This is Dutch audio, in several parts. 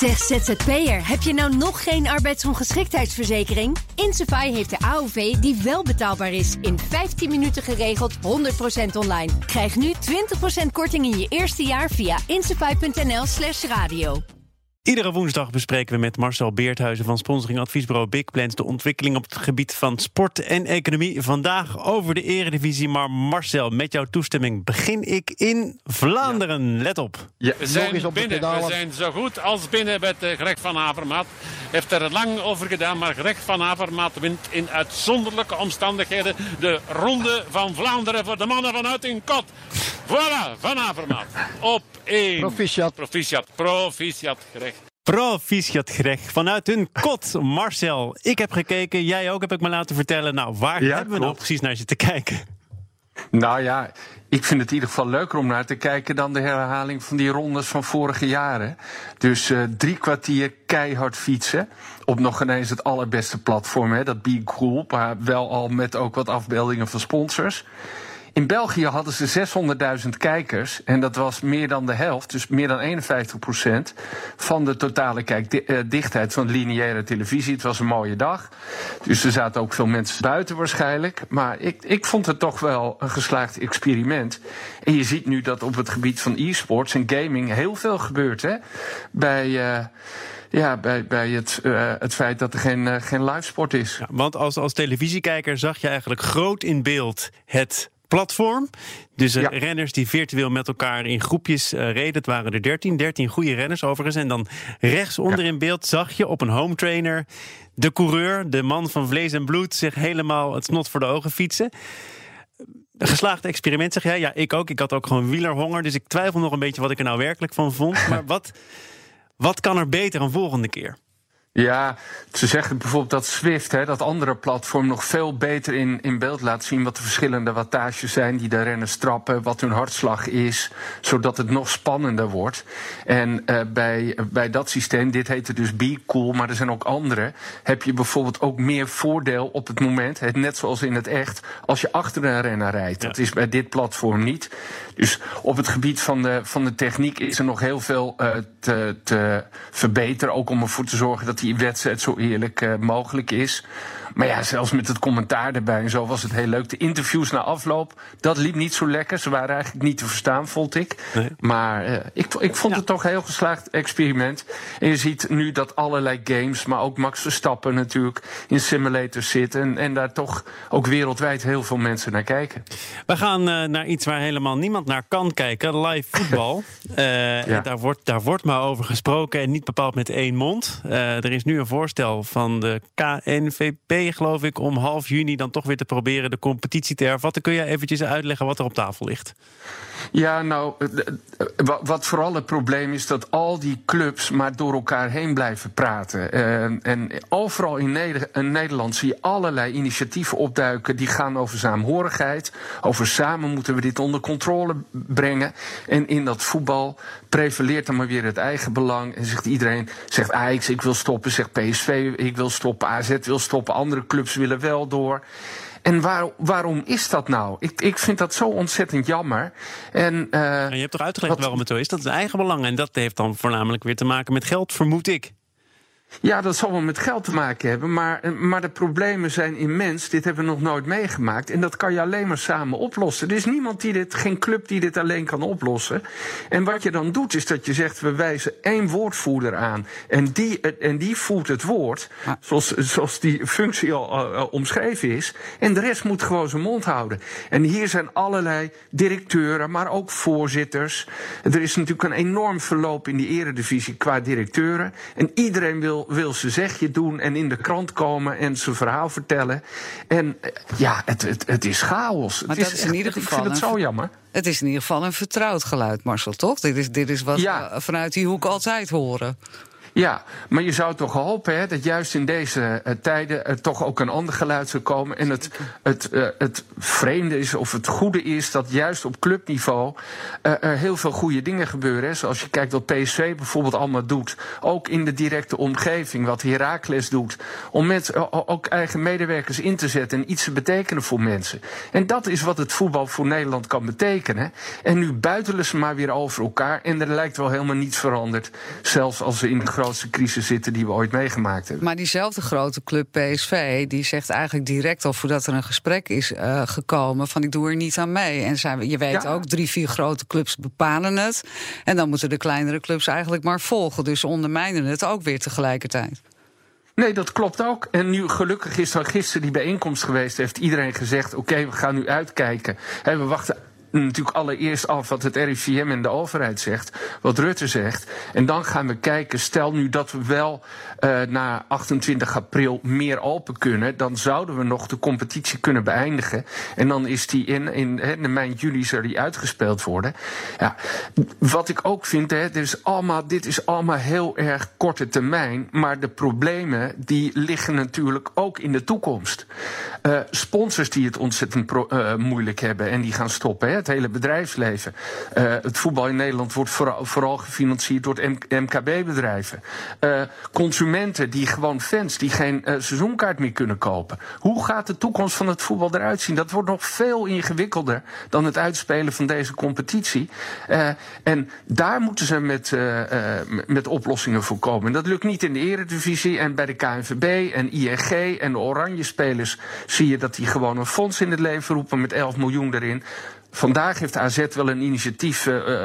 Zeg ZZP'er, heb je nou nog geen arbeidsongeschiktheidsverzekering? Insafai heeft de AOV die wel betaalbaar is. In 15 minuten geregeld, 100% online. Krijg nu 20% korting in je eerste jaar via insafai.nl/radio. Iedere woensdag bespreken we met Marcel Beerthuizen van sponsoring adviesbureau Big Plans de ontwikkeling op het gebied van sport en economie. Vandaag over de Eredivisie, maar Marcel, met jouw toestemming begin ik in Vlaanderen. Ja. Let op. Ja, we zijn binnen. We zijn zo goed als binnen met Greg van Avermaat. Heeft er lang over gedaan, maar Greg van Avermaat wint in uitzonderlijke omstandigheden de Ronde van Vlaanderen voor de mannen vanuit in Kot. Voilà, Van Avermaat. Op 1. Proficiat, Greg. Proficiat, Greg. Vanuit hun kot, Marcel. Ik heb gekeken, jij ook, heb ik me laten vertellen. Nou, waar hebben we nou precies naar zitten kijken? Nou ja, ik vind het in ieder geval leuker om naar te kijken dan de herhaling van die rondes van vorige jaren. Dus 3 kwartier keihard fietsen. Op nog ineens het allerbeste platform, hè, dat Be Cool, maar wel al met ook wat afbeeldingen van sponsors. In België hadden ze 600.000 kijkers en dat was meer dan de helft, dus meer dan 51% van de totale kijkdichtheid van lineaire televisie. Het was een mooie dag, dus er zaten ook veel mensen buiten waarschijnlijk. Maar ik vond het toch wel een geslaagd experiment. En je ziet nu dat op het gebied van e-sports en gaming heel veel gebeurt, hè? Bij het feit dat er geen livesport is. Ja, want als televisiekijker zag je eigenlijk groot in beeld het platform. Dus renners die virtueel met elkaar in groepjes reden. Het waren er 13 goede renners overigens. En dan rechtsonder in beeld zag je op een home trainer de coureur, de man van vlees en bloed, zich helemaal het snot voor de ogen fietsen. Een geslaagd experiment, zeg jij? Ja, ik ook. Ik had ook gewoon wielerhonger. Dus ik twijfel nog een beetje wat ik er nou werkelijk van vond. Maar wat kan er beter een volgende keer? Ja, ze zeggen bijvoorbeeld dat Zwift, dat andere platform, nog veel beter in beeld laat zien wat de verschillende wattages zijn die de renners trappen, wat hun hartslag is, zodat het nog spannender wordt. En bij dat systeem, dit heette dus Be Cool, maar er zijn ook andere, heb je bijvoorbeeld ook meer voordeel op het moment, net zoals in het echt, als je achter een renner rijdt. Ja. Dat is bij dit platform niet. Dus op het gebied van de techniek is er nog heel veel te verbeteren, ook om ervoor te zorgen dat die wedstrijd zo eerlijk mogelijk is. Maar ja, zelfs met het commentaar erbij en zo was het heel leuk. De interviews na afloop, dat liep niet zo lekker. Ze waren eigenlijk niet te verstaan, vond ik. Nee. Maar ik vond het toch een heel geslaagd experiment. En je ziet nu dat allerlei games, maar ook Max Verstappen natuurlijk, in simulators zitten. En daar toch ook wereldwijd heel veel mensen naar kijken. We gaan naar iets waar helemaal niemand naar kan kijken. Live voetbal. Daar wordt maar over gesproken en niet bepaald met één mond. Er is nu een voorstel van de KNVB, geloof ik, om half juni dan toch weer te proberen de competitie te hervatten. Kun jij eventjes uitleggen wat er op tafel ligt? Ja, nou, wat vooral het probleem is dat al die clubs maar door elkaar heen blijven praten. En overal in Nederland zie je allerlei initiatieven opduiken die gaan over saamhorigheid. Over samen moeten we dit onder controle brengen. En in dat voetbal prevaleert dan maar weer het eigen belang. En zegt iedereen, zegt Ajax, ik wil stoppen. Zegt PSV, ik wil stoppen. AZ wil stoppen. Andere clubs willen wel door. En waarom is dat nou? Ik vind dat zo ontzettend jammer. En je hebt toch uitgelegd waarom het zo is? Dat is eigen belang. En dat heeft dan voornamelijk weer te maken met geld, vermoed ik. Ja, dat zal wel met geld te maken hebben, maar de problemen zijn immens. Dit hebben we nog nooit meegemaakt. En dat kan je alleen maar samen oplossen. Er is geen club die dit alleen kan oplossen. En wat je dan doet, is dat je zegt, we wijzen 1 woordvoerder aan. En die voert het woord, zoals die functie al omschreven is. En de rest moet gewoon zijn mond houden. En hier zijn allerlei directeuren, maar ook voorzitters. Er is natuurlijk een enorm verloop in die eredivisie qua directeuren. En iedereen wil zijn zegje doen en in de krant komen en zijn verhaal vertellen. En het is chaos. Maar dat is in ieder geval, ik vind het zo jammer. Het is in ieder geval een vertrouwd geluid, Marcel, toch? Dit is wat we vanuit die hoek altijd horen. Ja, maar je zou toch hopen dat juist in deze tijden er toch ook een ander geluid zou komen. En het vreemde is, of het goede is, dat juist op clubniveau er heel veel goede dingen gebeuren. Hè. Zoals je kijkt wat PSV bijvoorbeeld allemaal doet. Ook in de directe omgeving, wat Heracles doet. Om met ook eigen medewerkers in te zetten en iets te betekenen voor mensen. En dat is wat het voetbal voor Nederland kan betekenen. En nu buitelen ze maar weer over elkaar. En er lijkt wel helemaal niets veranderd. Zelfs als ze in de grootste crisis zitten die we ooit meegemaakt hebben. Maar diezelfde grote club PSV, die zegt eigenlijk direct al voordat er een gesprek is gekomen van ik doe er niet aan mee. En je weet ook, 3-4 grote clubs bepalen het. En dan moeten de kleinere clubs eigenlijk maar volgen. Dus ondermijnen het ook weer tegelijkertijd. Nee, dat klopt ook. En nu gelukkig is dan gisteren die bijeenkomst geweest. Heeft iedereen gezegd, oké, we gaan nu uitkijken. We wachten natuurlijk allereerst af wat het RIVM en de overheid zegt, wat Rutte zegt. En dan gaan we kijken, stel nu dat we wel na 28 april meer open kunnen, dan zouden we nog de competitie kunnen beëindigen. En dan is die in de maand juli zal die uitgespeeld worden. Ja, wat ik ook vind, dit is allemaal heel erg korte termijn, maar de problemen die liggen natuurlijk ook in de toekomst. Sponsors die het ontzettend moeilijk hebben en die gaan stoppen. Het hele bedrijfsleven. Het voetbal in Nederland wordt vooral gefinancierd door MKB-bedrijven. Consumenten, fans die geen seizoenkaart meer kunnen kopen. Hoe gaat de toekomst van het voetbal eruit zien? Dat wordt nog veel ingewikkelder dan het uitspelen van deze competitie. En daar moeten ze met oplossingen voor komen. En dat lukt niet in de Eredivisie en bij de KNVB en ING en de Oranje spelers zie je dat die gewoon een fonds in het leven roepen met 11 miljoen erin. Vandaag heeft AZ wel een initiatief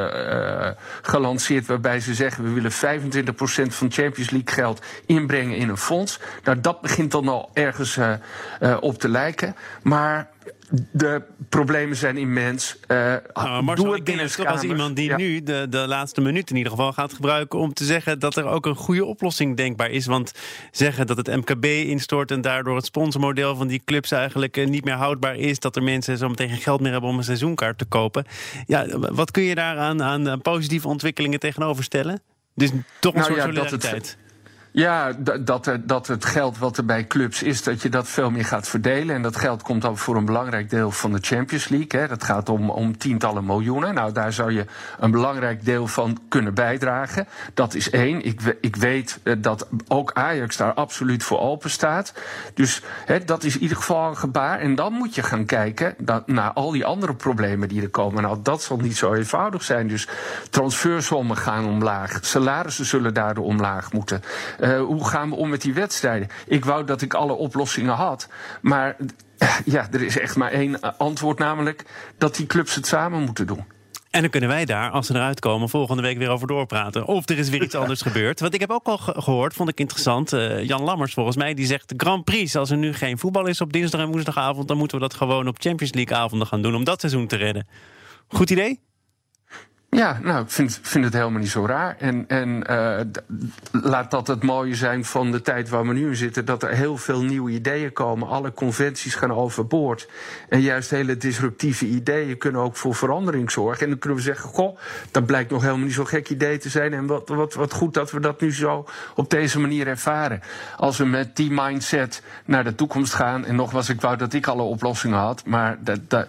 gelanceerd waarbij ze zeggen we willen 25% van Champions League geld inbrengen in een fonds. Nou, dat begint dan al ergens op te lijken. Maar de problemen zijn immens. Marcel, ik denk toch als iemand die nu de laatste minuut in ieder geval gaat gebruiken om te zeggen dat er ook een goede oplossing denkbaar is. Want zeggen dat het MKB instort en daardoor het sponsormodel van die clubs eigenlijk niet meer houdbaar is, dat er mensen zo meteen geen geld meer hebben om een seizoenkaart te kopen. Ja, wat kun je daar aan positieve ontwikkelingen tegenover stellen? Dus toch een soort solidariteit. Ja, dat het geld wat er bij clubs is, dat je dat veel meer gaat verdelen. En dat geld komt dan voor een belangrijk deel van de Champions League. Dat gaat om tientallen miljoenen. Nou, daar zou je een belangrijk deel van kunnen bijdragen. Dat is één. Ik weet dat ook Ajax daar absoluut voor open staat. Dus dat is in ieder geval een gebaar. En dan moet je gaan kijken naar al die andere problemen die er komen. Nou, dat zal niet zo eenvoudig zijn. Dus transfersommen gaan omlaag. Salarissen zullen daardoor omlaag moeten. Hoe gaan we om met die wedstrijden? Ik wou dat ik alle oplossingen had. Maar er is echt maar één antwoord, namelijk dat die clubs het samen moeten doen. En dan kunnen wij daar, als ze eruit komen, volgende week weer over doorpraten. Of er is weer iets anders gebeurd. Wat ik heb ook al gehoord, vond ik interessant. Jan Lammers volgens mij, die zegt Grand Prix. Als er nu geen voetbal is op dinsdag en woensdagavond, dan moeten we dat gewoon op Champions League avonden gaan doen om dat seizoen te redden. Goed idee? Ja, nou, ik vind het helemaal niet zo raar. En laat dat het mooie zijn van de tijd waar we nu in zitten, dat er heel veel nieuwe ideeën komen. Alle conventies gaan overboord. En juist hele disruptieve ideeën kunnen ook voor verandering zorgen. En dan kunnen we zeggen, goh, dat blijkt nog helemaal niet zo'n gek idee te zijn. En wat goed dat we dat nu zo op deze manier ervaren. Als we met die mindset naar de toekomst gaan, en nogmaals, ik wou dat ik alle oplossingen had, maar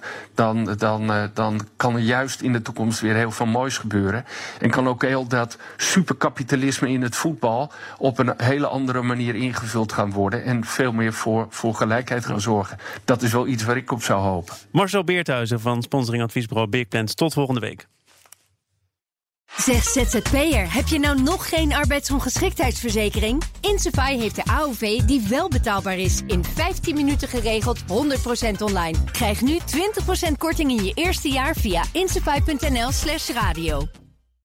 dan kan er juist in de toekomst weer heel veel moois gebeuren. En kan ook heel dat superkapitalisme in het voetbal op een hele andere manier ingevuld gaan worden en veel meer voor gelijkheid gaan zorgen. Dat is wel iets waar ik op zou hopen. Marcel Beerthuizen van sponsoringadviesbureau Big Plans. Tot volgende week. Zeg ZZP'er, heb je nou nog geen arbeidsongeschiktheidsverzekering? Insafai heeft de AOV die wel betaalbaar is. In 15 minuten geregeld, 100% online. Krijg nu 20% korting in je eerste jaar via insafai.nl/radio.